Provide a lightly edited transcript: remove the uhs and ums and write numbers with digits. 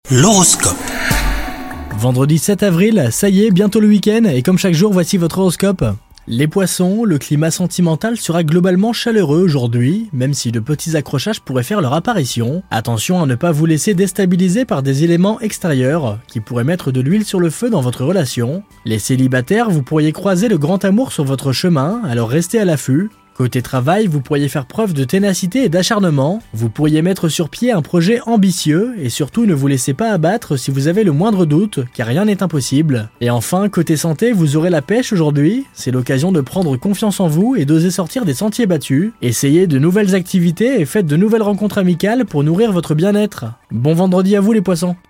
L'horoscope. Vendredi 7 avril, ça y est, bientôt le week-end, et comme chaque jour, voici votre horoscope. Les poissons, le climat sentimental sera globalement chaleureux aujourd'hui, même si de petits accrochages pourraient faire leur apparition. Attention à ne pas vous laisser déstabiliser par des éléments extérieurs, qui pourraient mettre de l'huile sur le feu dans votre relation. Les célibataires, vous pourriez croiser le grand amour sur votre chemin, alors restez à l'affût. Côté travail, vous pourriez faire preuve de ténacité et d'acharnement, vous pourriez mettre sur pied un projet ambitieux et surtout ne vous laissez pas abattre si vous avez le moindre doute, car rien n'est impossible. Et enfin, côté santé, vous aurez la pêche aujourd'hui, c'est l'occasion de prendre confiance en vous et d'oser sortir des sentiers battus. Essayez de nouvelles activités et faites de nouvelles rencontres amicales pour nourrir votre bien-être. Bon vendredi à vous les poissons!